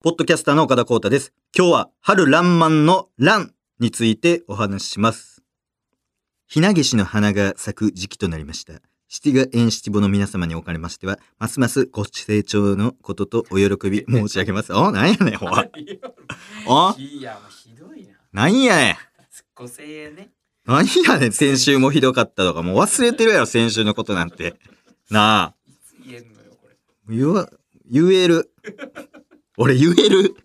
ポッドキャスターの岡田光太です。今日は春爛漫の爛についてお話しします。ひなげしの花が咲く時期となりました。七が縁七五の皆様におかれましては、ますますご成長のこととお喜び申し上げます。なんやねん、おい。 いや、もうひどいな。 なんやねん。 5000円ね。 なんやねん、先週もひどかったとか、もう忘れてるやろ、先週のことなんて。なあ。 いつ言えんのよ、これ。 言える。俺言える。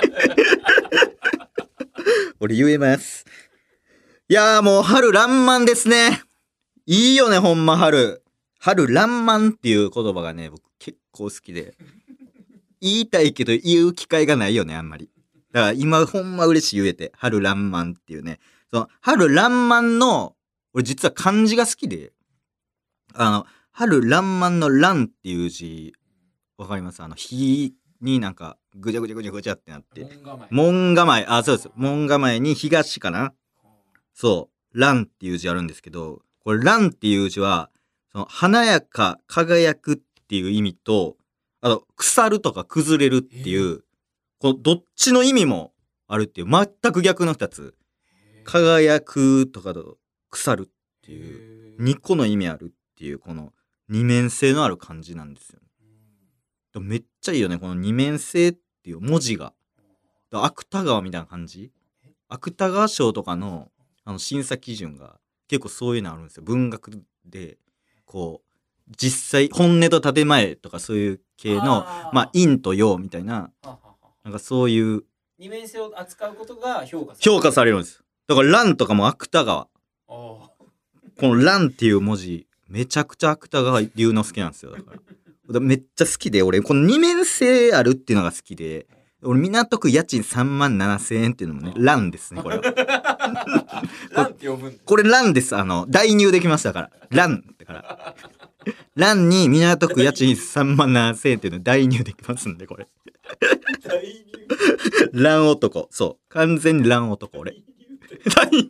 俺言えます。いやーもう春爛漫ですね。いいよね、ほんま春。春爛漫っていう言葉がね、僕結構好きで。言いたいけど言う機会がないよね、あんまり。だから今ほんま嬉しい言えて。春爛漫っていうね。その春爛漫の、俺実は漢字が好きで。春爛漫の爛っていう字、わかります？火になんかぐちゃぐちゃぐちゃぐちゃってなって。門構え。あ、そうです。門構えに東かな？そう。爛っていう字あるんですけど、これ爛っていう字は、その華やか、輝くっていう意味と、あと、腐るとか崩れるっていう、このどっちの意味もあるっていう、全く逆の二つ。輝くとかと腐るっていう、2個の意味あるっていう、この二面性のある漢字なんですよ。めっちゃいいよね、この二面性っていう文字が。芥川みたいな感じ？芥川賞とかの審査基準が結構そういうのあるんですよ。文学でこう実際本音と建前とかそういう系の陰と陽みたいな、なんかそういう二面性を扱うことが評価されるんです。だから乱とかも芥川。この乱っていう文字めちゃくちゃ芥川龍之介なんですよ。だからめっちゃ好きで、俺この二面性あるっていうのが好きで、俺港区家賃37,000円っていうのもね、乱ですね、これは。 乱って呼ぶんだ。 これ乱です。代入できましたから。乱だから。乱に港区家賃37,000円っていうの代入できますんで、これ。 代入乱男。そう。完全に乱男、俺。代入。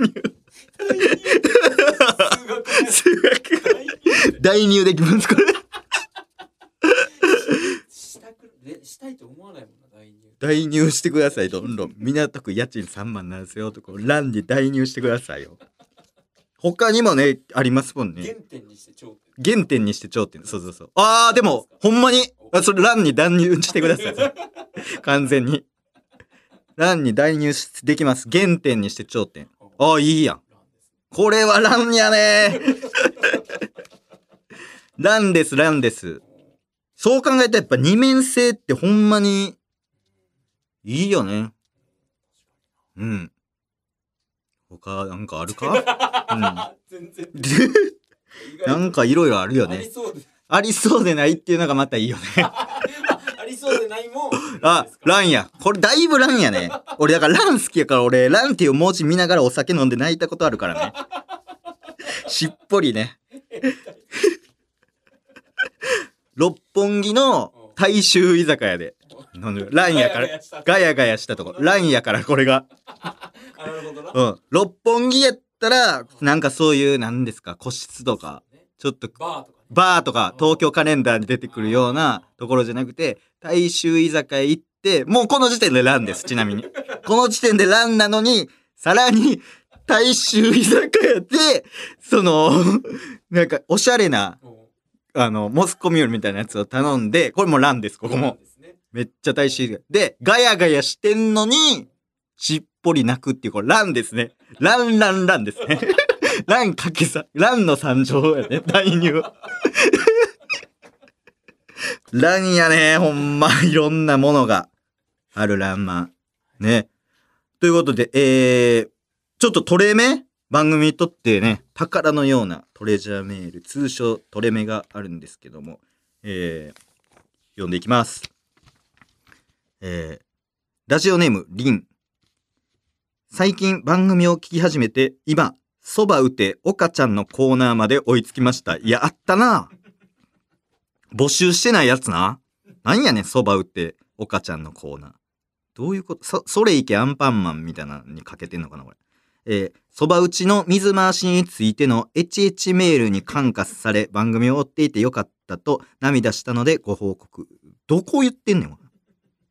数学。代入できます、これ。 したいと思わないもんな、代入。 代入してください、どんどん。港区家賃37,000円男、乱に代入してくださいよ。他にもね、ありますもんね。 原点にして頂点。 原点にして頂点。そうそうそう。でも、ほんまに、それ、乱に代入してください。完全に。乱に代入できます。原点にして頂点。いいやん。これは乱やね乱です、乱です。そう考えたらやっぱ二面性ってほんまに、いいよね。うん。他なんかあるか？ 全然。 なんかいろいろあるよね。ありそうでないっていうのがまたいいよね。 ありそうでないもん。 乱や。これだいぶ乱やね。俺だから乱好きやから、俺乱っていう文字見ながらお酒飲んで泣いたことあるからね。しっぽりね。六本木の大衆居酒屋で飲んでる。乱やから、ガヤガヤしたとこ。乱やからこれが。 なるほどな。 六本木やったら、なんかそういう、なんですか、個室とか、ちょっと、バーとか、東京カレンダーに出てくるようなところじゃなくて、大衆居酒屋行って、もうこの時点で乱です、ちなみに。この時点で乱なのに、さらに、大衆居酒屋で、なんか、おしゃれな、モスコミュールみたいなやつを頼んで、これも乱です、ここも。めっちゃ大衆居酒屋。で、ガヤガヤしてんのに、しっぽり泣くっていう、これ乱ですね。乱ですね。乱かけさ、乱の三乗やね、代入。乱やね、ほんま、いろんなものがある乱漫。ね。ということで、ちょっとトレメ番組にとってね、宝のようなトレジャーメール、通称トレメがあるんですけども、読んでいきます。ラジオネーム、リン。最近番組を聞き始めて、今、そば打て岡ちゃんのコーナーまで追いつきました。いや、あったな。募集してないやつな。なんやねん、そば打て岡ちゃんのコーナー。どういうこと？それいけアンパンマンみたいなのにかけてんのかな、これ。そば打ちの水回しについてのエチエチメールに感化され、番組を追っていてよかったと涙したのでご報告。どこ言ってんねん。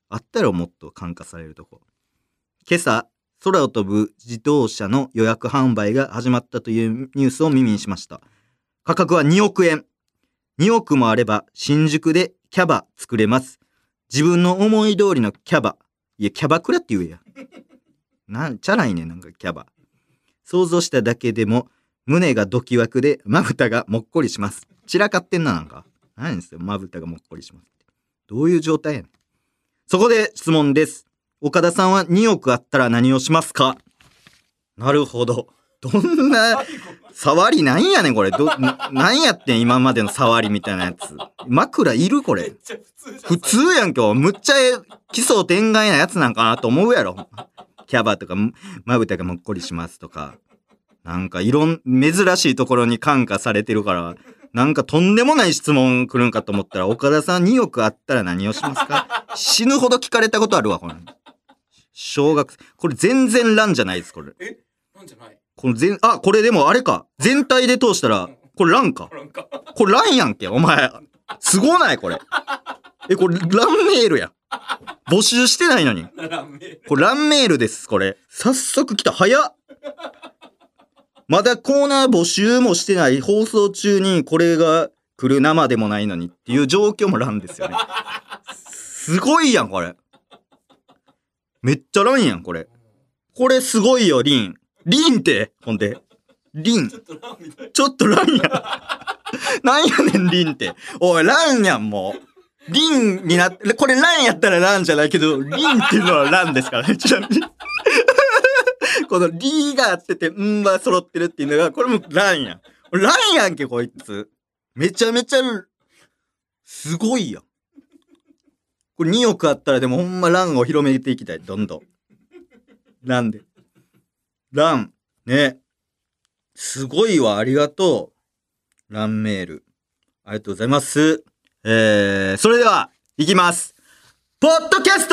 あったらもっと感化されるとこ。今朝、空を飛ぶ自動車の予約販売が始まったというニュースを耳にしました。価格は2億円。2億もあれば新宿でキャバ作れます。自分の思い通りのキャバ。いや、キャバクラって言えや。チャラいね、なんかキャバ。想像しただけでも胸がドキワクでまぶたがもっこりします。散らかってんな、なんか。何ですよ、まぶたがもっこりしますって。どういう状態やねん。そこで質問です。岡田さんは2億あったら何をしますか？なるほど。どんな触りなんやねんこれ。なんやってん今までの触りみたいなやつ。枕いるこれ。普通やん今日。むっちゃ奇想天外なやつなんかなと思うやろ。キャバとかまぶたがもっこりしますとか。なんか珍しいところに感化されてるから、なんかとんでもない質問来るんかと思ったら、岡田さん2億あったら何をしますか？死ぬほど聞かれたことあるわこれ。小学生。これ全然ランじゃないですこれ。 ランじゃない。 これでもあれか。全体で通したら、これランか。これランやんけ、お前。すごないこれ。これランメールやん。募集してないのに。これランメールです、これ。早速来た。早っ。まだコーナー募集もしてない放送中にこれが来る生でもないのにっていう状況もランですよね。すごいやん、これ。めっちゃランやん、これ。これすごいよ、リン。リンって、ほんで。リン。ちょっとランやん。なんやねん、リンって。おい、ランやん、もう。リンになって、これランやったらランじゃないけど、リンっていうのはランですからね、ちなみに。このリがあってて、は揃ってるっていうのが、これもランやん。ランやんけ、こいつ。めちゃめちゃ、すごいやん。これ2億あったらでもほんまランを広めていきたい。どんどん。ランで。ラン。ね。すごいわ。ありがとう。ランメール。ありがとうございます。それでは、いきます。ポッドキャスト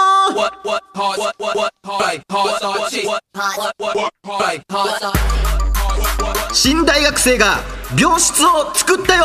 新大学生が病室を作ったよ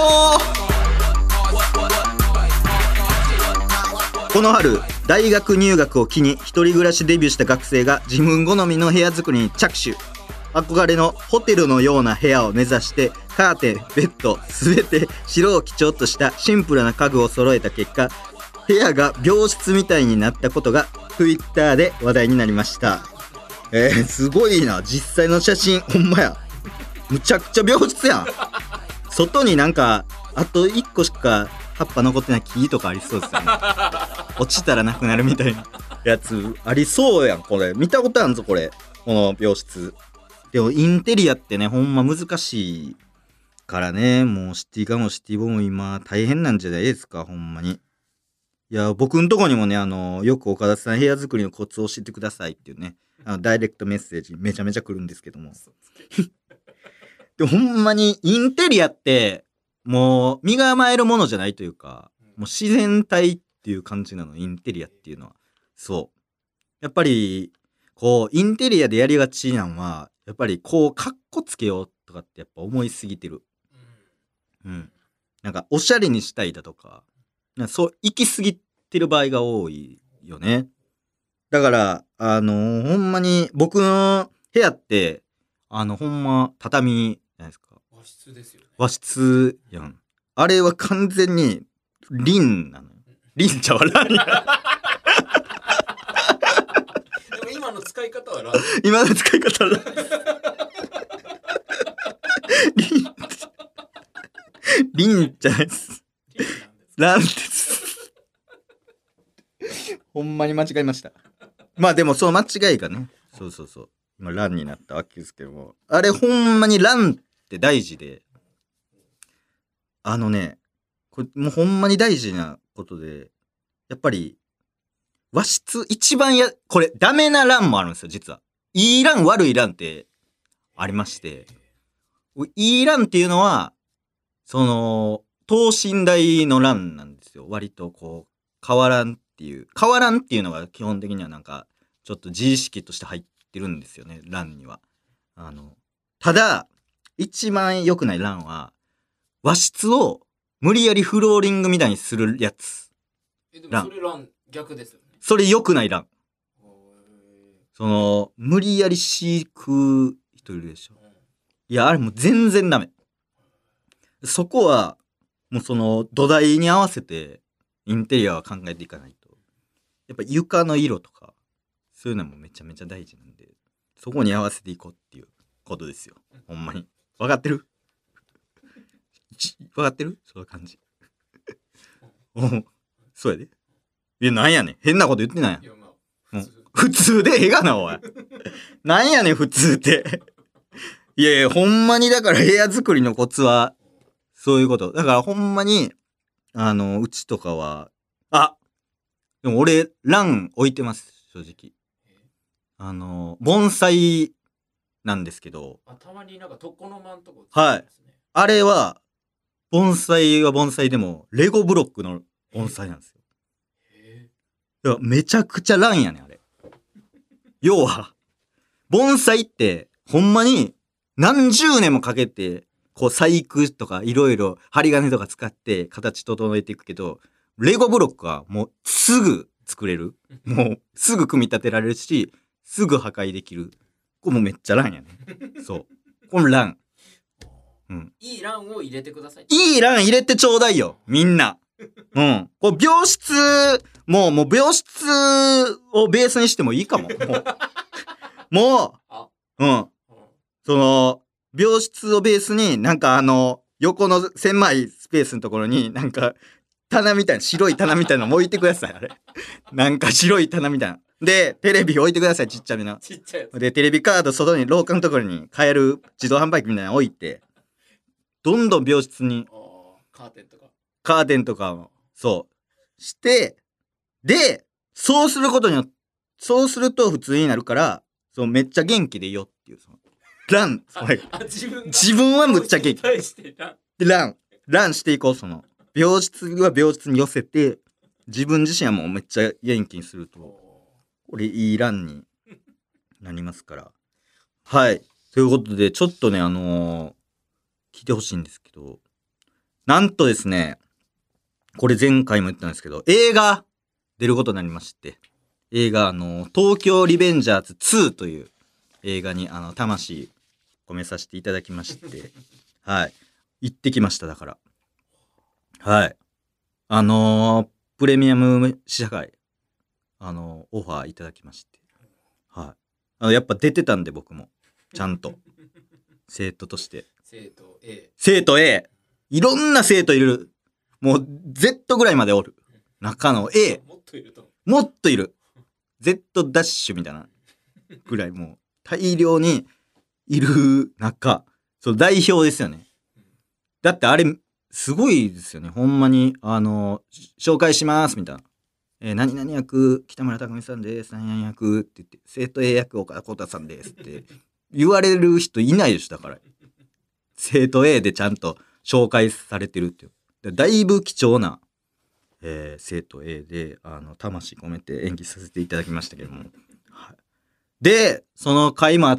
この春、大学入学を機に一人暮らしデビューした学生が自分好みの部屋作りに着手。憧れのホテルのような部屋を目指してカーテン、ベッド、すべて白を基調としたシンプルな家具を揃えた結果、部屋が病室みたいになったことが Twitter で話題になりました。すごいな。実際の写真、ほんまや。むちゃくちゃ病室やん。外になんかあと1個しか葉っぱ残ってない木とかありそうですよね。落ちたらなくなるみたいなやつありそうやん。これ見たことあるぞこれ。この病室でもインテリアってねほんま難しいからね。もうシティガもシティボも今大変なんじゃないですかほんまに。いや僕んとこにもねよく岡田さん部屋作りのコツを教えてくださいっていうねダイレクトメッセージめちゃめちゃ来るんですけどもでもほんまにインテリアってもう身構えるものじゃないというか、もう自然体っていう感じなのインテリアっていうのは。そうやっぱりこうインテリアでやりがちなんはやっぱりこうカッコつけようとかってやっぱ思いすぎてる。なんかおしゃれにしたいだとかそう行き過ぎてる場合が多いよね。だからほんまに僕の部屋ってほんま畳じゃないですか。 和室ですよね。 和室やん。あれは完全にリンなのよ。リンちゃうわランや。 でも今の使い方はラン。 今の使い方はラン。リンじゃないです。ランです。ほんまに間違えました。まあでもその間違いがね。そう。今ランになったわけですけども。あれほんまにランって大事で。これもうほんまに大事なことで。やっぱり和室一番これダメなランもあるんですよ実は。いいラン悪いランってありまして。いいランっていうのはその等身大のランなんですよ。割とこう変わらんっていうのが基本的にはなんかちょっと自意識として入ってるんですよねランには。ただ一番良くないランは和室を無理やりフローリングみたいにするやつ。 でもそれラン逆ですよね。 それ良くない欄。その、無理やり飼育人いるでしょ。いや、あれもう全然ダメ。そこは、もうその土台に合わせてインテリアは考えていかないと。やっぱ床の色とか、そういうのもめちゃめちゃ大事なんで、そこに合わせていこうっていうことですよ。ほんまに。わかってるわかってるそういう感じ。そうやで。いや、なんやねん。変なこと言ってないやん。 いやまあ普通でええがな、おい。なんやねん、普通って。いやいや、ほんまにだから部屋作りのコツは、そういうこと。だからほんまに、うちとかは、でも俺、欄置いてます、正直。盆栽なんですけど、 たまになんか床の間んとこはいですね。 あれは、盆栽は盆栽でも、レゴブロックの盆栽なんですよ。 へいやめちゃくちゃ欄やねん、あれ。要は、盆栽って、ほんまに、何十年もかけて、こう細工とかいろいろ針金とか使って形整えていくけど、レゴブロックはもうすぐ作れる。もうすぐ組み立てられるし、すぐ破壊できる。これもうめっちゃランやね。そう。このラン。うん。 いい欄を入れてください。 いいラン入れてちょうだいよ。みんな。うん。これ病室、もう病室をベースにしてもいいかも。もう、うん。その、病室をベースになんか横の狭いスペースのところになんか棚みたいな、白い棚みたいなの置いてください、あれ。なんか白い棚みたいな。で、テレビ置いてください、ちっちゃめな。 ちっちゃいやつ。 で、テレビカード外に廊下のところに買える自動販売機みたいなの置いて、どんどん病室にカーテンとか。 カーテンとかを、そう、して、で、そうすることによって、そうすると普通になるから、そう、めっちゃ元気でいいよっていう、その、ラン、それ自分はむっちゃ元気。 対して欄でランしていこう、その。病室は病室に寄せて、自分自身はもうめっちゃ元気にすると、これいいランになりますから。はい。ということで、ちょっとね、聞いてほしいんですけど、なんとですね、これ前回も言ったんですけど、映画出ることになりまして、映画東京リベンジャーズ2という映画に魂込めさせていただきまして、はい。行ってきました、だから。はい。プレミアム試写会、オファーいただきまして。はい。やっぱ出てたんで、僕も。ちゃんと。生徒として。生徒 A。いろんな生徒いる。もう、Z ぐらいまでおる。中の A。 もっといると。 もっといる。Z ダッシュみたいな。ぐらいもう、大量にいる中、そう、代表ですよね。だってあれ、すごいですよね。ほんまに、紹介します、みたいな。何々役、北村匠海さんです。何々役って言って、生徒 A 役、岡田浩太さんですって言われる人いないでしょ、だから。生徒 A でちゃんと紹介されてるっていう。だいぶ貴重な、生徒 A で、魂込めて演技させていただきましたけども。はい、で、その回もあって、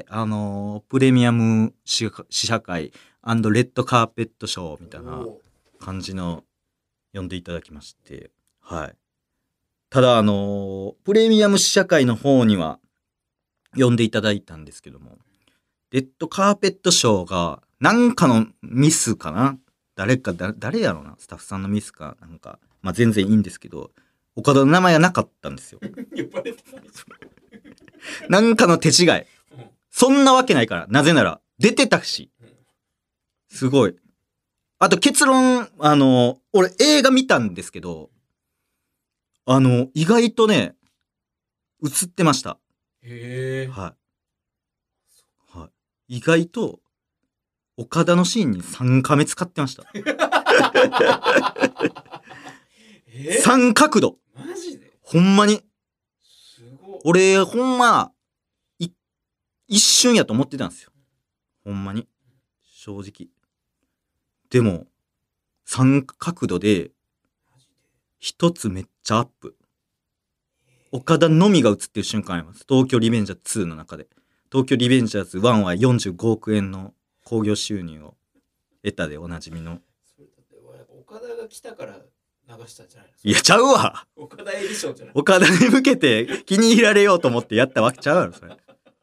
プレミアム試写会&レッドカーペットショーみたいな感じの呼んでいただきまして、はい。ただプレミアム試写会の方には呼んでいただいたんですけども、レッドカーペットショーがなんかのミスかな、誰やろうな、スタッフさんのミスかなんか、まあ全然いいんですけど、岡田の名前がなかったんですよ。 呼ばれてないじなんかの手違い。そんなわけないから。なぜなら、出てたし。すごい。あと結論、俺映画見たんですけど、意外とね、映ってました。 へえ。 はい。はい。意外と、岡田のシーンに3カメ使ってました。3角度。 マジでほんまに。 すごい。 俺、ほんま、一瞬やと思ってたんですよ。ほんまに。正直。でも、3角度で、一つめっちゃアップ。岡田のみが映ってる瞬間あります。東京リベンジャーズ2の中で。東京リベンジャーズ1は45億円の興行収入を得たでおなじみの。 岡田が来たから流したんじゃないの？ いや、ちゃうわ。 岡田絵里賞じゃない？ 岡田に向けて気に入られようと思ってやったわけちゃうやろ、それ。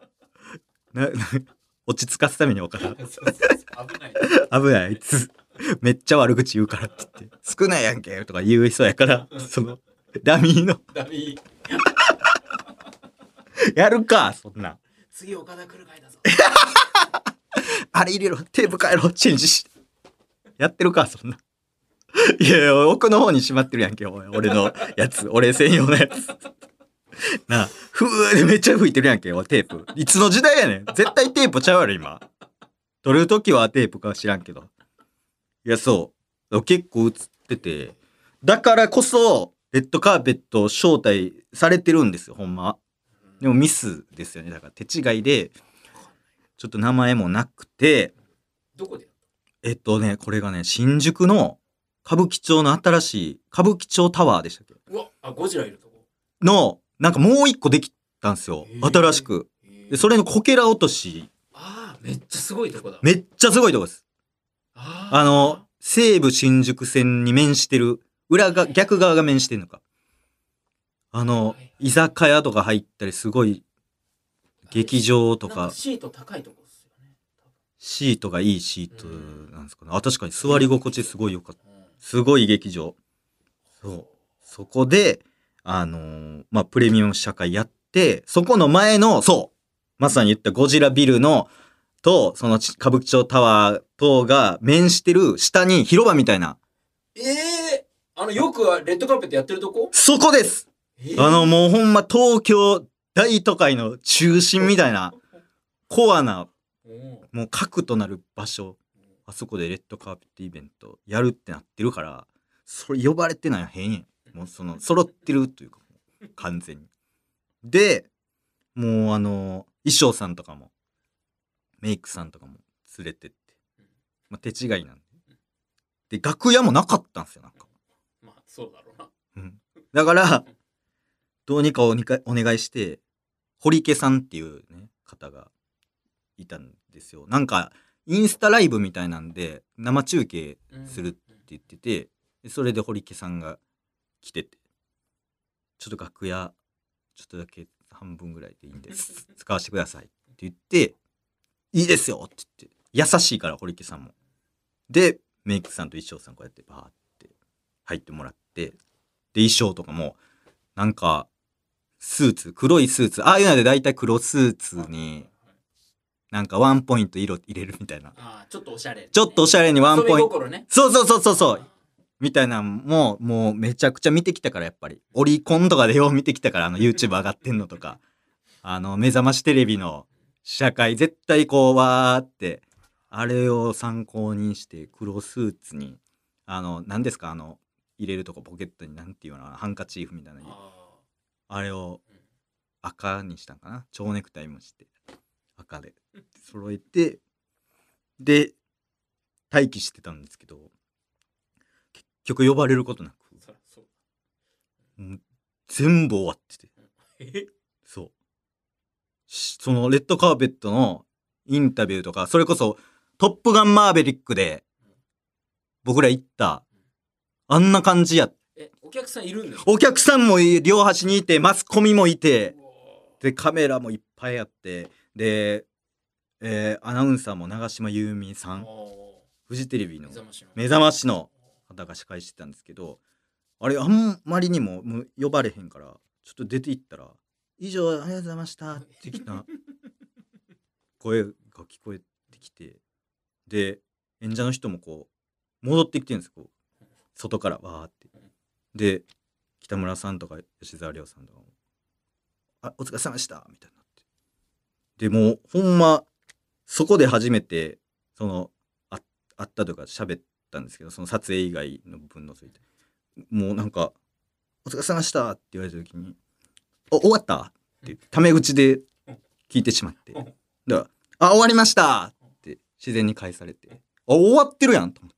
落ち着かすために岡田。 そうそうそう危ない。 危ない、あいつ。めっちゃ悪口言うからって言って。少ないやんけとか言う人やから、その、ダミーの。 ダミー。 やるか、そんな。 次岡田来る回だぞ。 あれ入れろ、テープ変えろ、チェンジして。やってるか、そんな。いやいや、奥の方にしまってるやんけ、おい俺のやつ。俺専用のやつ。なあ、ふーでめっちゃ吹いてるやんけ、おいテープ。いつの時代やねん。絶対テープちゃうやろ、今。撮るときはテープか知らんけど。いや、そう。結構映ってて。だからこそ、レッドカーペット招待されてるんですよ、ほんま。でもミスですよね。だから手違いで、ちょっと名前もなくて、 どこで？ これがね、新宿の歌舞伎町の新しい歌舞伎町タワーでしたっけうわ、あ、ゴジラいるとこ。 の、なんかもう一個できたんですよ。新しく。で、それのこけら落とし。 ああ、めっちゃすごいとこだ。 めっちゃすごいとこです。西武新宿線に面してる、逆側が面してるのか。居酒屋とか入ったりすごい、劇場とか。 シート高いとこですよね。 シートがいいシートなんですかね。あ、確かに座り心地すごい良かった。すごい劇場。そう。そこで、プレミアム試写会やって、そこの前の、そう、まさに言ったゴジラビルの、と、その歌舞伎町タワーとが面してる下に広場みたいな。 よくレッドカーペットやってるとこ？ そこです、もうほんま東京大都会の中心みたいな、コアな、もう核となる場所。あそこでレッドカーペットイベントやるってなってるから、それ呼ばれてないの変やん。もう揃ってるというか、完全に。で、もう衣装さんとかも、メイクさんとかも連れてって、まあ、手違いなんで。で、楽屋もなかったんですよ、なんか。 まあ、そうだろうな。 うん。だから、どうにかお願いして、堀池さんっていうね、方がいたんですよ。なんか、インスタライブみたいなんで、生中継するって言ってて、でそれで堀池さんが来てて、ちょっと楽屋、ちょっとだけ半分ぐらいでいいんです。使わせてくださいって言って、いいですよって言って、優しいから堀池さんも。で、メイクさんと衣装さんこうやってバーって入ってもらって、で、衣装とかも、なんか、黒いスーツ、ああいうので大体黒スーツに、なんかワンポイント色入れるみたいな。 ちょっとおしゃれ、ね。 ちょっとおしゃれにワンポイント。 ね、 そう。みたいなのも、もうめちゃくちゃ見てきたから、やっぱり。オリコンとかでよう見てきたから、YouTube 上がってんのとか。目覚ましテレビの試写会、絶対こう、わーって、あれを参考にして、黒スーツに、何ですか、入れるとこポケットに、なんていうの、ハンカチーフみたいな。あれを赤にしたんかな。蝶ネクタイもして、赤で揃えて、で、待機してたんですけど、結局呼ばれることなく、全部終わってて。そう。そのレッドカーペットのインタビューとか、それこそトップガンマーベリックで僕ら行った、あんな感じや。 お客さんいるんですか？ お客さんも両端にいて、マスコミもいて、で、カメラもいっぱいあって、で、アナウンサーも長島優美さん、フジテレビの目覚ましの方が司会してたんですけど、あれあんまりにも呼ばれへんから、ちょっと出て行ったら、以上ありがとうございましたってきた声が聞こえてきて、で、演者の人もこう、戻ってきてるんですよ、こう外からわーって。で、北村さんとか吉沢亮さんとかも、お疲れ様でしたみたいになって。でもうほんまそこで初めて会ったというか喋ったんですけど、その撮影以外の部分のついて、もうなんかお疲れ様でしたって言われた時に、終わったってタメ口で聞いてしまって、だから終わりましたって自然に返されて、終わってるやんと思って、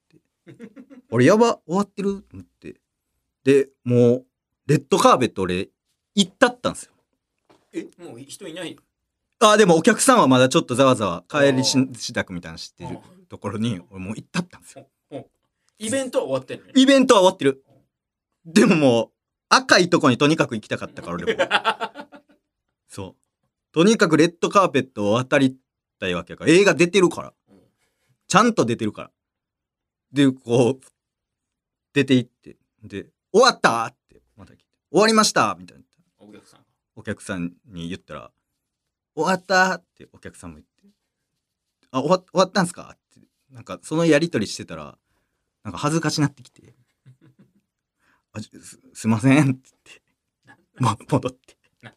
俺やば終わってると思って、でもうレッドカーペット俺行ったったんですよ。 もう人いない？ でもお客さんはまだちょっとざわざわ帰り支度みたいなの知ってるところに俺もう行ったったんですよ。 イベントは終わってる？ イベントは終わってる。 でももう赤いとこにとにかく行きたかったから俺もそうとにかくレッドカーペットを渡りたいわけやから、映画出てるからちゃんと出てるからでこう出て行ってで終わったってまた来て終わりましたみたいなお客さんに言ったら終わったってお客さんも言ってあ終わったんすかってなんかそのやりとりしてたらなんか恥ずかしなってきてあすいませんって言って戻って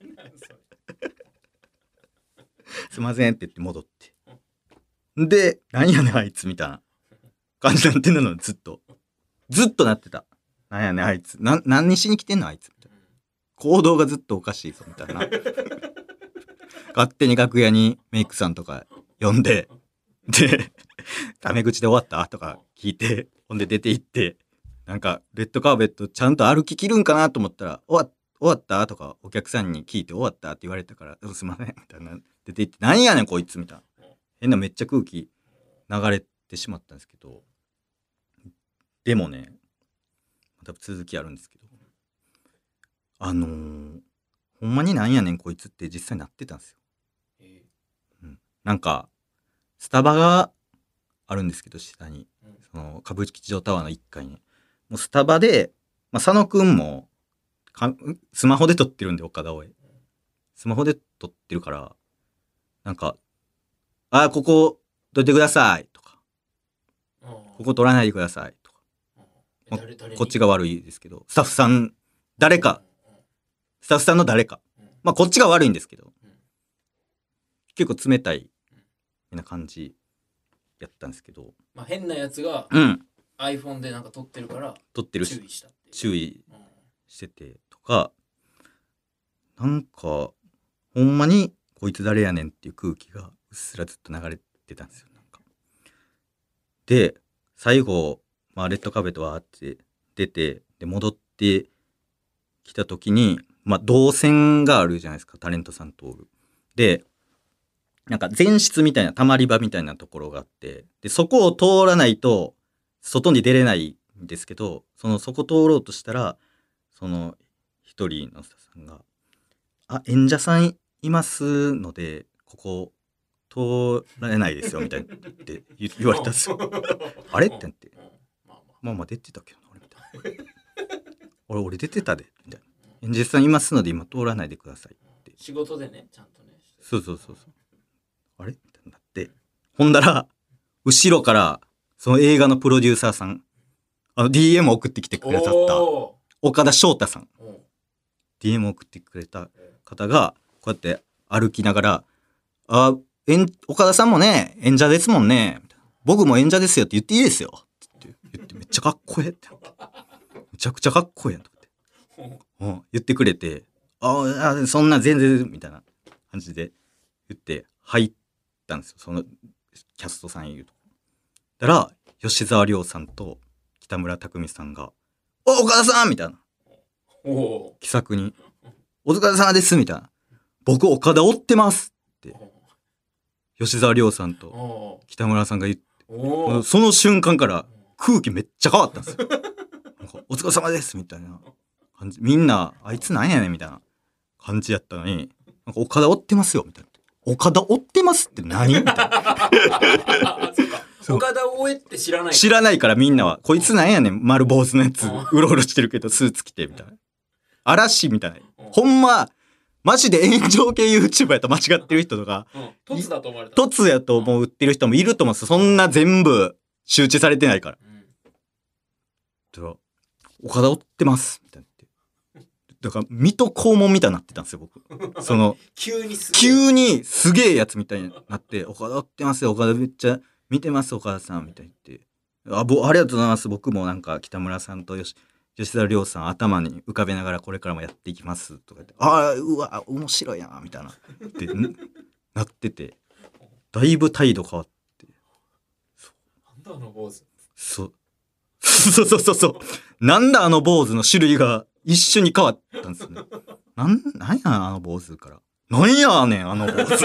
すいませんって言って戻ってでなんやねんあいつみたいな感じになってんのずっとなってたなんやねんあいつ何しに来てんのあいつみたいな行動がずっとおかしいぞみたいな勝手に楽屋にメイクさんとか呼んででタメ口で終わったとか聞いてほんで出て行ってなんかレッドカーペットちゃんと歩ききるんかなと思ったら終わったとかお客さんに聞いて終わったって言われたからすいませんみたいな出て行ってなんやねんこいつみたいな変なめっちゃ空気流れてしまったんですけどでもねまた続きあるんですけどほんまになんやねんこいつって実際なってたんですよ、なんかスタバがあるんですけど下にその歌舞伎町タワーの1階にもうスタバで、佐野くんもスマホで撮ってるんで岡田をスマホで撮ってるからなんかここ撮ってくださいとかここ撮らないでくださいとか、こっちが悪いですけどスタッフさん誰かスタッフさんの誰かこっちが悪いんですけど結構冷たいみたいな感じやったんですけど変なやつが iPhone でなんか撮ってるから撮ってる注意したって注意しててとかなんかほんまにこいつ誰やねんっていう空気がうっすらずっと流れてたんですよなんかで最後レッドカーペットわーって出てで戻ってきた時に動線があるじゃないですかタレントさん通るでなんか前室みたいなたまり場みたいなところがあってでそこを通らないと外に出れないんですけどそこ通ろうとしたらその一人のスタッフさんが演者さんいますのでここ通られないですよみたいなって言われたんですよあれってなって出てたけどな俺みたいな俺出てたでみたいな演者さんいますので今通らないでくださいって仕事でねちゃんとねそうあれみたいになってほんだら後ろからその映画のプロデューサーさんDM 送ってきてくださった岡田翔太さん DM 送ってくれた方がこうやって歩きながら岡田さんもね演者ですもんねみたいな僕も演者ですよって言っていいですよって言ってめっちゃかっこええってめちゃくちゃかっこええやんと思って言ってくれてそんな全然みたいな感じで言って入ったんですよそのキャストさんいるとだから吉沢亮さんと北村匠海さんが岡田さんみたいな気さくにお疲れ様ですみたいな僕岡田追ってますって吉沢亮さんと北村さんが言ってその瞬間から空気めっちゃ変わったんですよなんかお疲れ様ですみたいな感じみんなあいつなんやねんみたいな感じやったのになんか岡田追ってますよみたいな岡田追ってますって何みたいな岡田を追えって知らないからみんなはこいつなんやねん丸坊主のやつうろうろしてるけどスーツ着てみたいな嵐みたいなほんまマジで炎上系 YouTuber やと間違ってる人とか凸だと思われた凸やと思ってる人もいると思うんですよそんな全部周知されてないから岡田追ってますみたいなだから水戸黄門みたいになってたんですよ僕急にすげえやつみたいになって岡田追ってますよ岡田めっちゃ見てます岡田さんみたいに言ってありがとうございます僕もなんか北村さんと吉田亮さん頭に浮かべながらこれからもやっていきますとか言ってうわ面白いなみたいなってなっててだいぶ態度変わってなんだあの坊主そうなんだあの坊主の種類が一緒に変わったんですよねなんやあの坊主からなんやねんあの坊主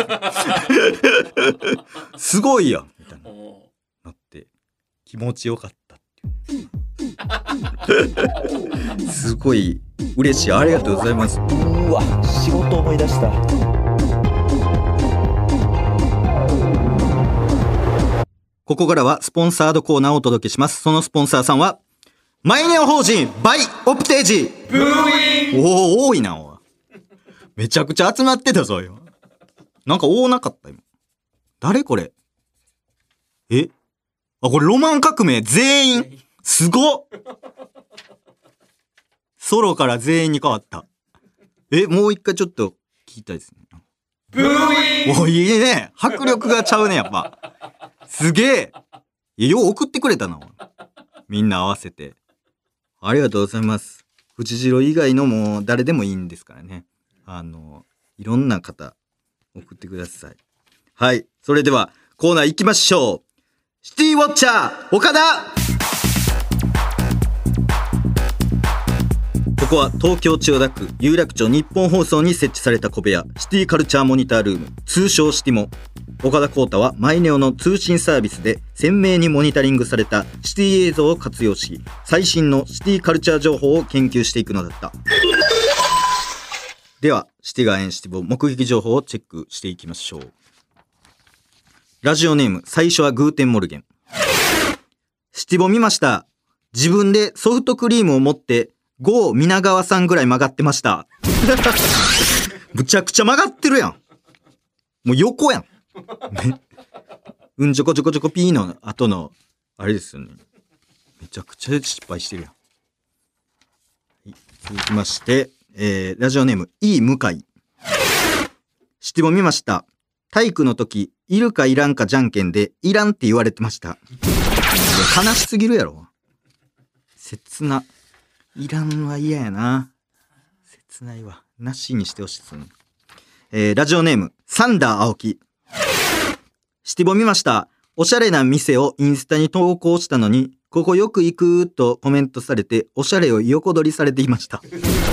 すごいやんみたいななって気持ちよかったっていうすごい嬉しい。ありがとうございます。うわ、仕事思い出した。ここからはスポンサードコーナーをお届けします。そのスポンサーさんはマイネオ法人バイオプテージ。 ブーイン。 おお、多いな。おい、めちゃくちゃ集まってたぞよ。なんか多なかった今。誰これ。あ、これロマン革命全員。すごっ。ソロから全員に変わった。もう一回ちょっと聞きたいですね。 ブーイン。 お、いいね。迫力がちゃうね、やっぱ。すげえ。よう送ってくれたな。みんな合わせて。ありがとうございます。藤次郎以外のも誰でもいいんですからね。いろんな方送ってください。はい。それではコーナー行きましょう。シティウォッチャー岡田。ここは東京千代田区有楽町日本放送に設置された小部屋、シティカルチャーモニタールーム、通称シティモ。岡田浩太はマイネオの通信サービスで鮮明にモニタリングされたシティ映像を活用し、最新のシティカルチャー情報を研究していくのだった。ではシティガーエンシティボ目撃情報をチェックしていきましょう。ラジオネーム最初はグーテンモルゲン。シティボ見ました。自分でソフトクリームを持って郷皆川さんぐらい曲がってました。むちゃくちゃ曲がってるやん。もう横やん。ね、うんちょこちょこちょこピーの後のあれですよね。めちゃくちゃ失敗してるやん。はい、続きまして、ラジオネームいい向井。シティボ見ました。体育の時いるかいらんかじゃんけんでいらんって言われてました。悲しすぎるやろ。切な。いらんは嫌やな。切ないわ。なしにしてほしいですね。ラジオネームサンダー青木。シティボ見ました。おしゃれな店をインスタに投稿したのに、ここよく行くとコメントされて、おしゃれを横取りされていました。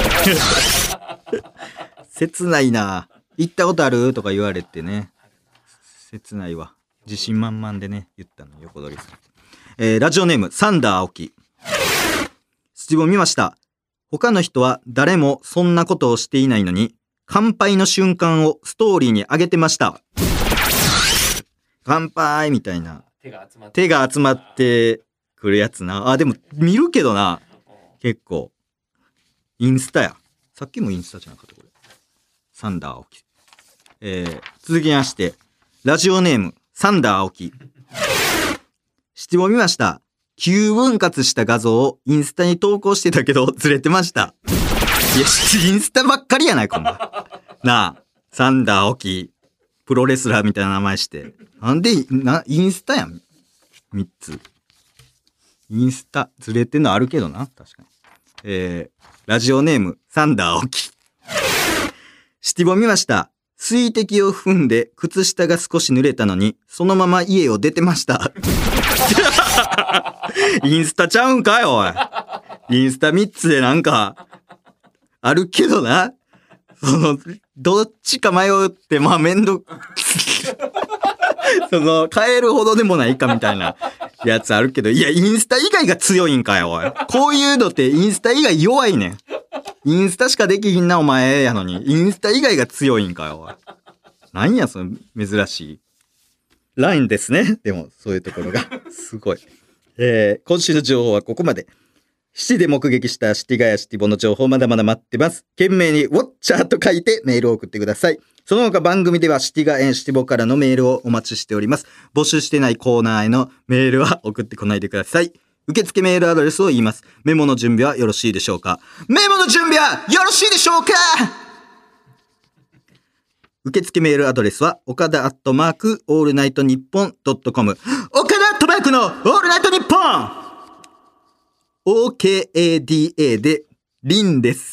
切ないな。行ったことあるとか言われてね。切ないわ。自信満々でね、言ったの横取りされて。ラジオネームサンダー青木。シティボ見ました。他の人は誰もそんなことをしていないのに、乾杯の瞬間をストーリーに上げてました。乾杯みたいな。手が集まってくるやつな。あ、でも見るけどな。結構。インスタや。さっきもインスタじゃなかったこれ。サンダー青木。続きまして、ラジオネームサンダー青木。シティボ見ました。9分割した画像をインスタに投稿してたけどずれてました。いや、インスタばっかりやないか、お前。なあ、サンダー青木、プロレスラーみたいな名前して。なんで、インスタやん。3つ。インスタ、ずれてんのあるけどな、確かに。ラジオネーム、サンダー青木。シティボ見ました。水滴を踏んで靴下が少し濡れたのに、そのまま家を出てました。インスタちゃうんかい、おい。インスタ3つでなんか、あるけどな。どっちか迷って、まあ変えるほどでもないかみたいなやつあるけど、いや、インスタ以外が強いんかよ、おい。こういうのってインスタ以外弱いねん。インスタしかできひんな、お前やのに。インスタ以外が強いんかよ、おい。なんや、その珍しい。ラインですね。でも、そういうところが。すごい。今週の情報はここまで。シティで目撃したシティガヤシティボの情報まだまだ待ってます。懸命にウォッチャーと書いてメールを送ってください。その他番組ではシティガエシティボからのメールをお待ちしております。募集してないコーナーへのメールは送ってこないでください。受付メールアドレスを言います。メモの準備はよろしいでしょうか？メモの準備はよろしいでしょうか？受付メールアドレスは岡田@オールナイトニッポン.com、岡田@のオールナイトニッポンOKADA でリンです。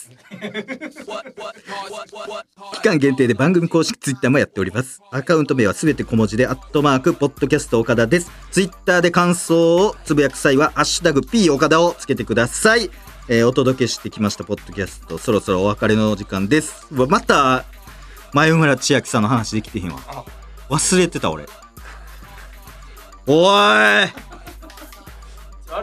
期間限定で番組公式ツイッターもやっております。アカウント名はすべて小文字でポッドキャスト岡田です。ツイッターで感想をつぶやく際はハッシュタグ P 岡田をつけてください。お届けしてきましたポッドキャスト、そろそろお別れの時間です。また前村千秋さんの話できてへんわ。忘れてた俺。おーい。 あるけどね。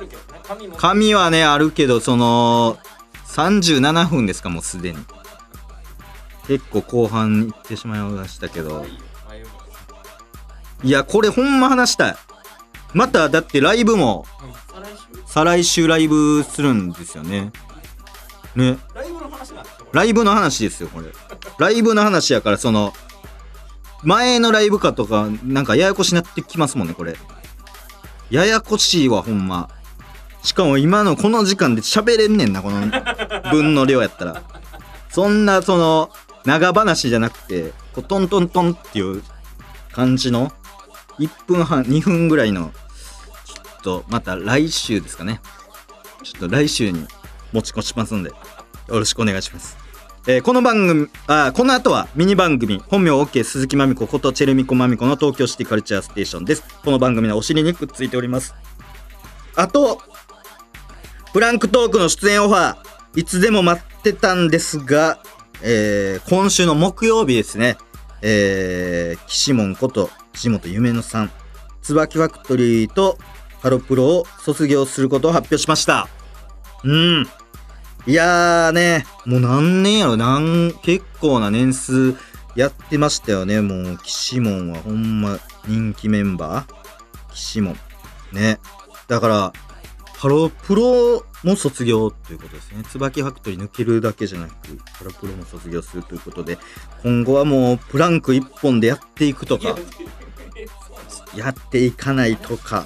髪はねあるけど、その37分ですか、もうすでに。結構後半に行ってしまいましたけど、いやこれほんま話したい。まただってライブも再来週ライブするんですよね。ね、 ライブの話なんですよ。 ライブの話ですよこれ。ライブの話やから、その前のライブかとかなんかややこしになってきますもんねこれ。ややこしいわほんま。しかも今のこの時間で喋れんねんな、この分の量やったら。そんなその長話じゃなくて、こうトントントンっていう感じの1分半2分ぐらいの、ちょっとまた来週ですかね。ちょっと来週に持ち越しますんでよろしくお願いします。この番組この後はミニ番組本名 OK 鈴木まみこことチェルミコまみこの東京シティカルチャーステーションです。この番組のお尻にくっついております。あとプランクトークの出演オファーいつでも待ってたんですが、今週の木曜日ですね、岸門こと岸本夢乃さん、椿ファクトリーとハロプロを卒業することを発表しました。いやーね、もう何年やろ、結構な年数やってましたよね。もう岸門はほんま人気メンバー、岸門ね。だからハロプロも卒業ということですね。椿ファクトリー抜けるだけじゃなくハロプロも卒業するということで、今後はもうプランク一本でやっていくとかやっていかないとか、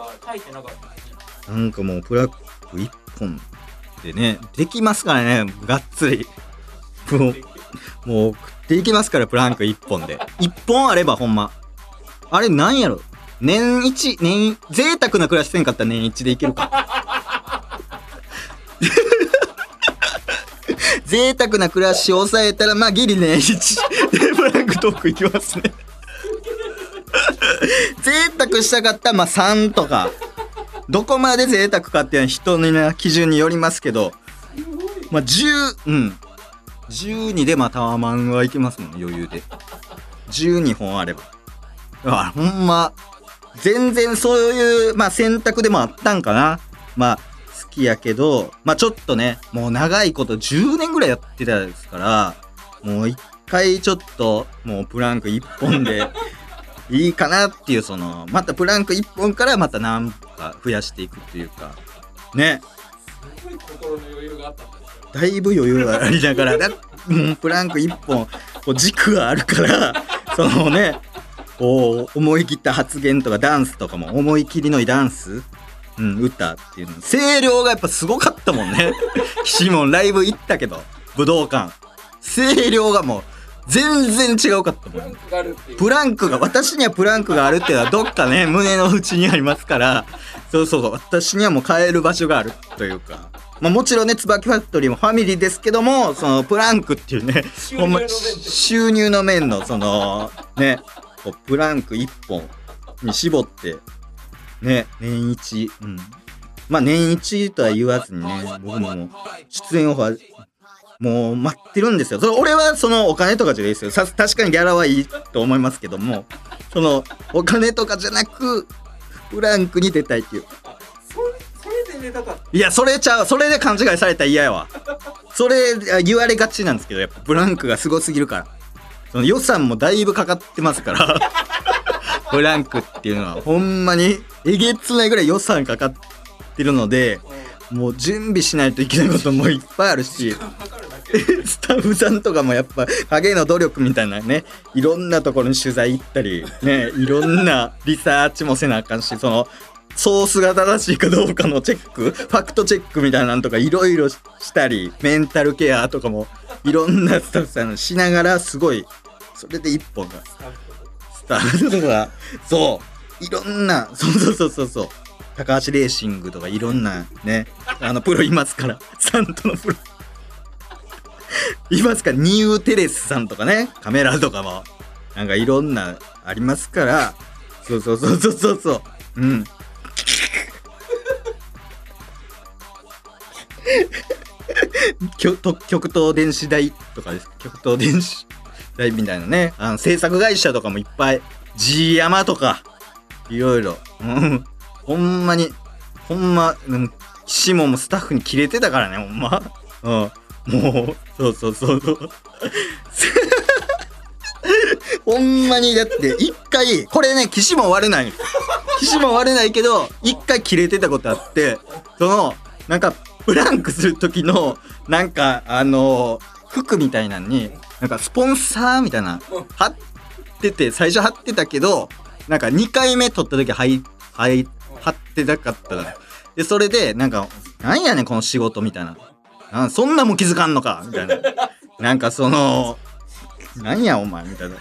なんかもうプランク一本でねできますからね、がっつりもう食っていきますから、プランク一本で。一本あればほんまあれなんやろ、年一贅沢な暮らしせんかったら年一でいけるか贅沢な暮らしを抑えたらまあギリ年一でプランクトークいきますね贅沢したかったらまあ3とか、どこまで贅沢かっていうのは人の基準によりますけど、まあ12でまあタワマンはいけますもんね、余裕で。12本あれば。ほんま全然そういう、まあ、選択でもあったんかな。まあ好きやけど、まあちょっとね、もう長いこと10年ぐらいやってたですから、もう一回ちょっともうプランク1本でいいかなっていう、そのまたプランク1本からまた何か増やしていくっていうかね。 すごい心の余裕があったんですよ。 だいぶ余裕がありながらもうプランク1本こう軸があるからそのね、こう思い切った発言とかダンスとかも思い切りのいいダンス、歌っていうの声量がやっぱすごかったもんね岸門ライブ行ったけど武道館声量がもう全然違うかったもん。プランクが私にはプランクがあるっていうのはどっかね胸の内にありますから、そう私にはもう帰る場所があるというか、まあもちろんね椿ファクトリーもファミリーですけども、そのプランクっていうねほんま収入の面のそのねプランク1本に絞ってね、年一、まあ年一とは言わずにね、僕ももう出演オファーもう待ってるんですよ。俺はそのお金とかじゃないですよ。確かにギャラはいいと思いますけども、そのお金とかじゃなくプランクに出たいっていう。 それで出たかった。 いやそれちゃう、それで勘違いされたら嫌やわ。それ言われがちなんですけど、やっぱプランクがすごすぎるから。その予算もだいぶかかってますからプランクっていうのはほんまにえげつないぐらい予算かかってるので、もう準備しないといけないこともいっぱいあるしスタッフさんとかもやっぱ影の努力みたいなね、いろんなところに取材行ったりね、いろんなリサーチもせなあかんし、そのソースが正しいかどうかのチェック、ファクトチェックみたいなのとかいろいろしたり、メンタルケアとかもいろんなスタッフさんしながら、すごいそれで一本がスタッフとかいろんなそう高橋レーシングとかいろんなねプロいますから、サントのプロいますから、ニューテレスさんとかね、カメラとかもなんかいろんなありますから、そう極東電子台とかです。極東電子台みたいなね、制作会社とかもいっぱい、G 山とかいろいろ、ほんま岸もスタッフにキレてたからねほんま。もうそうほんまにだって一回これね岸も割れないけど一回キレてたことあって、そのなんかプランクする時のなんか服みたいなのになんかスポンサーみたいな貼ってて、最初貼ってたけどなんか2回目撮った時貼ってなかったからで、それでなんかなんやねんこの仕事みたいな、そんなも気づかんのかみたいな、なんかそのなんやお前みたいな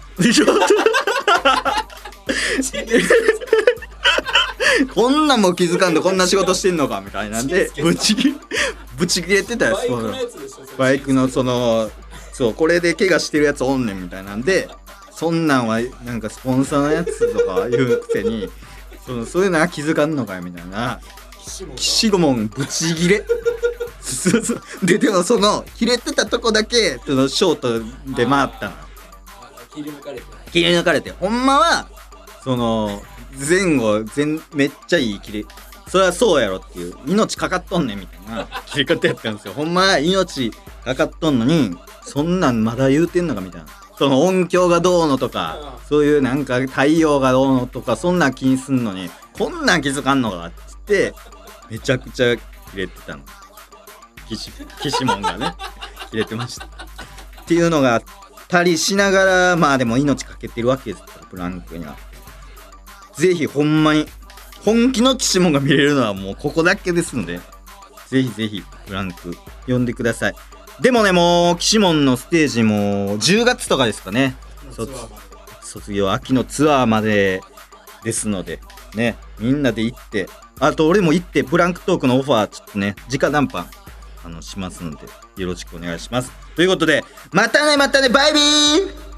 こんなんも気づかんとこんな仕事してんのかみたいなんでブチ切れてたやつ、バイクのそのそうこれで怪我してるやつおんねんみたいなんで、そんなんはなんかスポンサーのやつとか言うくせにそういうのは気づかんのかよみたいな、岸もんブチ切れでもその切れてたとこだけそのショートで回ったの、 切り抜かれてほんまはその前後めっちゃいい切れ、それはそうやろっていう命かかっとんねんみたいな切り方やったんですよ。ほんまは命かかっとんのにそんなんまだ言うてんのかみたいな、その音響がどうのとかそういうなんか太陽がどうのとかそんなん気にすんのにこんなん気づかんのかっつってめちゃくちゃ切れてたの、岸門がね切れてましたっていうのがあったりしながら、まあでも命かけてるわけですからプランクには。ぜひほんまに本気の岸門が見れるのはもうここだけですので、ぜひぜひプランク呼んでください。でもねもう岸門のステージも10月とかですかね、卒業秋のツアーまでですのでね、みんなで行って、あと俺も行ってプランクトークのオファーちょっとね直談判しますのでよろしくお願いします。ということでまたねバイビー。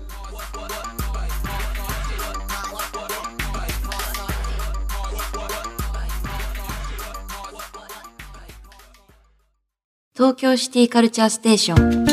東京シティカルチャーステーション。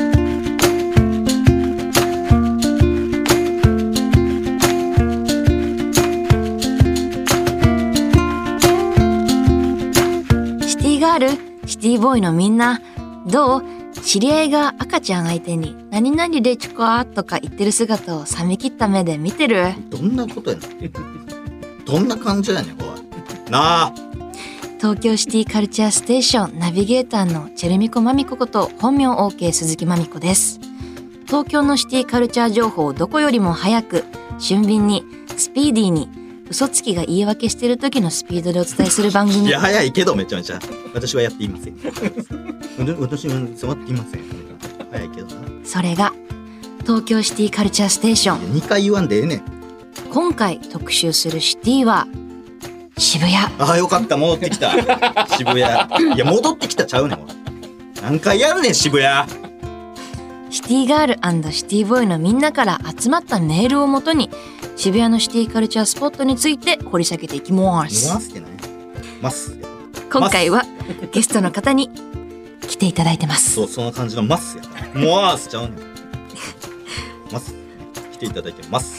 シティガール、シティボーイのみんな、どう？知り合いが赤ちゃん相手に何々でちゅかとか言ってる姿を冷め切った目で見てる？ どんなことやねんどんな感じやねんおいなあ。 東京シティカルチャーステーションナビゲーターのチェルミコマミコこと本名 OK 鈴木まみこです。東京のシティカルチャー情報をどこよりも早く、俊敏に、スピーディーに、嘘つきが言い訳してる時のスピードでお伝えする番組。 いや早いけどめちゃめちゃ私はやっていません私は触っていません。早いけどな。 それが東京シティカルチャーステーション。 2回言わんでええねん。 今回特集するシティは渋谷。 ああよかった戻ってきた渋谷。いや戻ってきたちゃうねん。何回やるねん渋谷。 シティガール&シティボーイのみんなから集まったメールをもとに渋谷のシティカルチャースポットについて掘り下げていきます。今回はゲストの方に来ていただいてます。 そうその感じのますやもうしちゃうねんます来ていただいてます。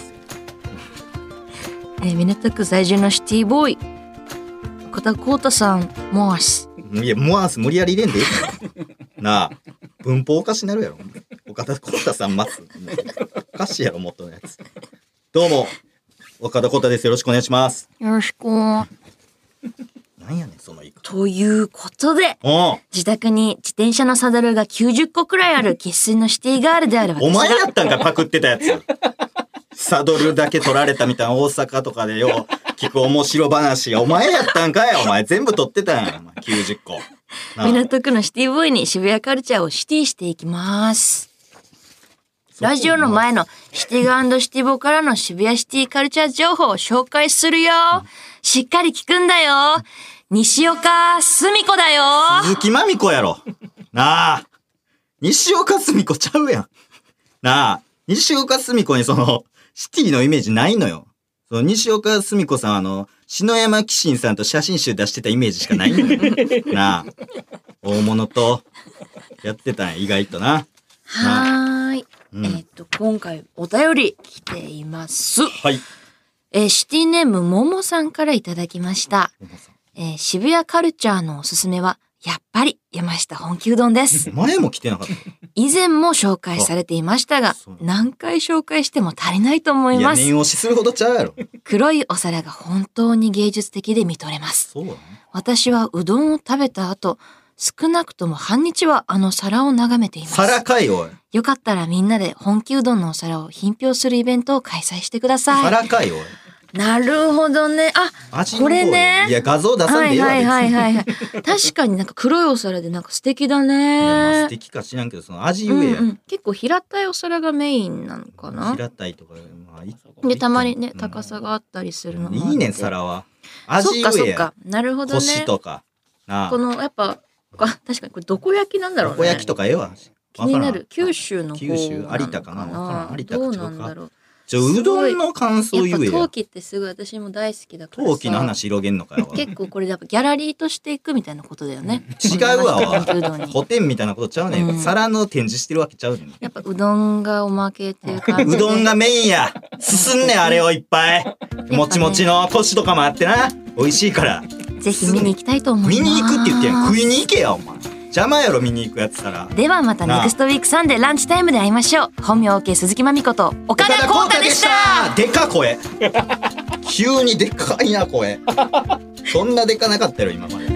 港区在住のシティボーイ岡田浩太さんモアス。 いやモアス無理やり入れんでええなあ文法おかしなるやろ岡田浩太さんますおかしいやろ元のやつ。どうも岡田浩太です。よろしくお願いします。 よろしく。 なんやねんその言い方。 ということで自宅に自転車のサドルが90個くらいある生粋のシティガールである私が。 お前やったんかパクってたやつサドルだけ取られたみたいな大阪とかでよ聞く面白話がお前やったんかい。お前全部取ってたんや90個。 港区のシティボーイに渋谷カルチャーをシティしていきます。ラジオの前のシティガー&シティボからの渋谷シティカルチャー情報を紹介するよ。しっかり聞くんだよ。西岡澄子だよ。 鈴木まみこやろなあ。西岡澄子ちゃうやんなあ。西岡澄子にそのシティのイメージないのよ。その西岡澄子さん篠山紀信さんと写真集出してたイメージしかないのよなあ。大物とやってたんや意外とな。 はーい、 うん、 今回お便り来ています。 はい。 シティネームももさんからいただきました。 渋谷カルチャーのおすすめはやっぱり山下本気うどんです。 前も来てなかった。 以前も紹介されていましたがそう何回紹介しても足りないと思いいや、 ます。 念押しするほどちゃうやろ。 黒いお皿が本当に芸術的で見とれます。 そうだね。 私はうどんを食べた後、少なくとも半日はあの皿を眺めています。 皿かいおい。 よかったらみんなで本気うどんのお皿を品評するイベントを開催してください。 皿かいおい。 なるほどね。 味の方これね。 いや、画像出さんでいいわ。 はいはい別にはいはい。確かになんか黒いお皿でなんか素敵だいや、まあね素。敵か知らんけど、その味言えや。 結構平たいお皿がメインなのかな。 平たいとか、まあいいでたまにねうん高さがあったりするのもあっていいねん、皿は。 そっ味言えや。 かそっか。なるほどね。 腰とか。なあ。 このやっぱ確かにこれどこ焼きなんだろうね。 たこ焼きとかええわ。 気になるわ九州の方九州なの有田かなわからん有田どうか違うかなんだろう。 うどんの感想やっ言えや。 ぱ陶器ってすごい私も大好きだからさ。 陶器の話広げんのかよ。 結構これやっぱギャラリーとしていくみたいなことだよね。 違うわ山下本気うどんに補填みたいなことちゃうねん。 うん皿の展示してるわけちゃうねん。 やっぱうどんがおまけっていう感じで。 うどんがメインや。進んねん、あれをいっぱい。もちもちの腰とかもあってな。美味しいから。 ぜひ見に行きたいと思います。 見に行くって言ってんやん。食いに行けや、お前。邪魔やろ、見に行くやつたら。 ではまたネクストウィークサンデーランチタイムで会いましょう。本名 OK 鈴木まみこと岡田浩太でした。 でか声。急にでかいな、声。そんなでかなかったよ、今まで。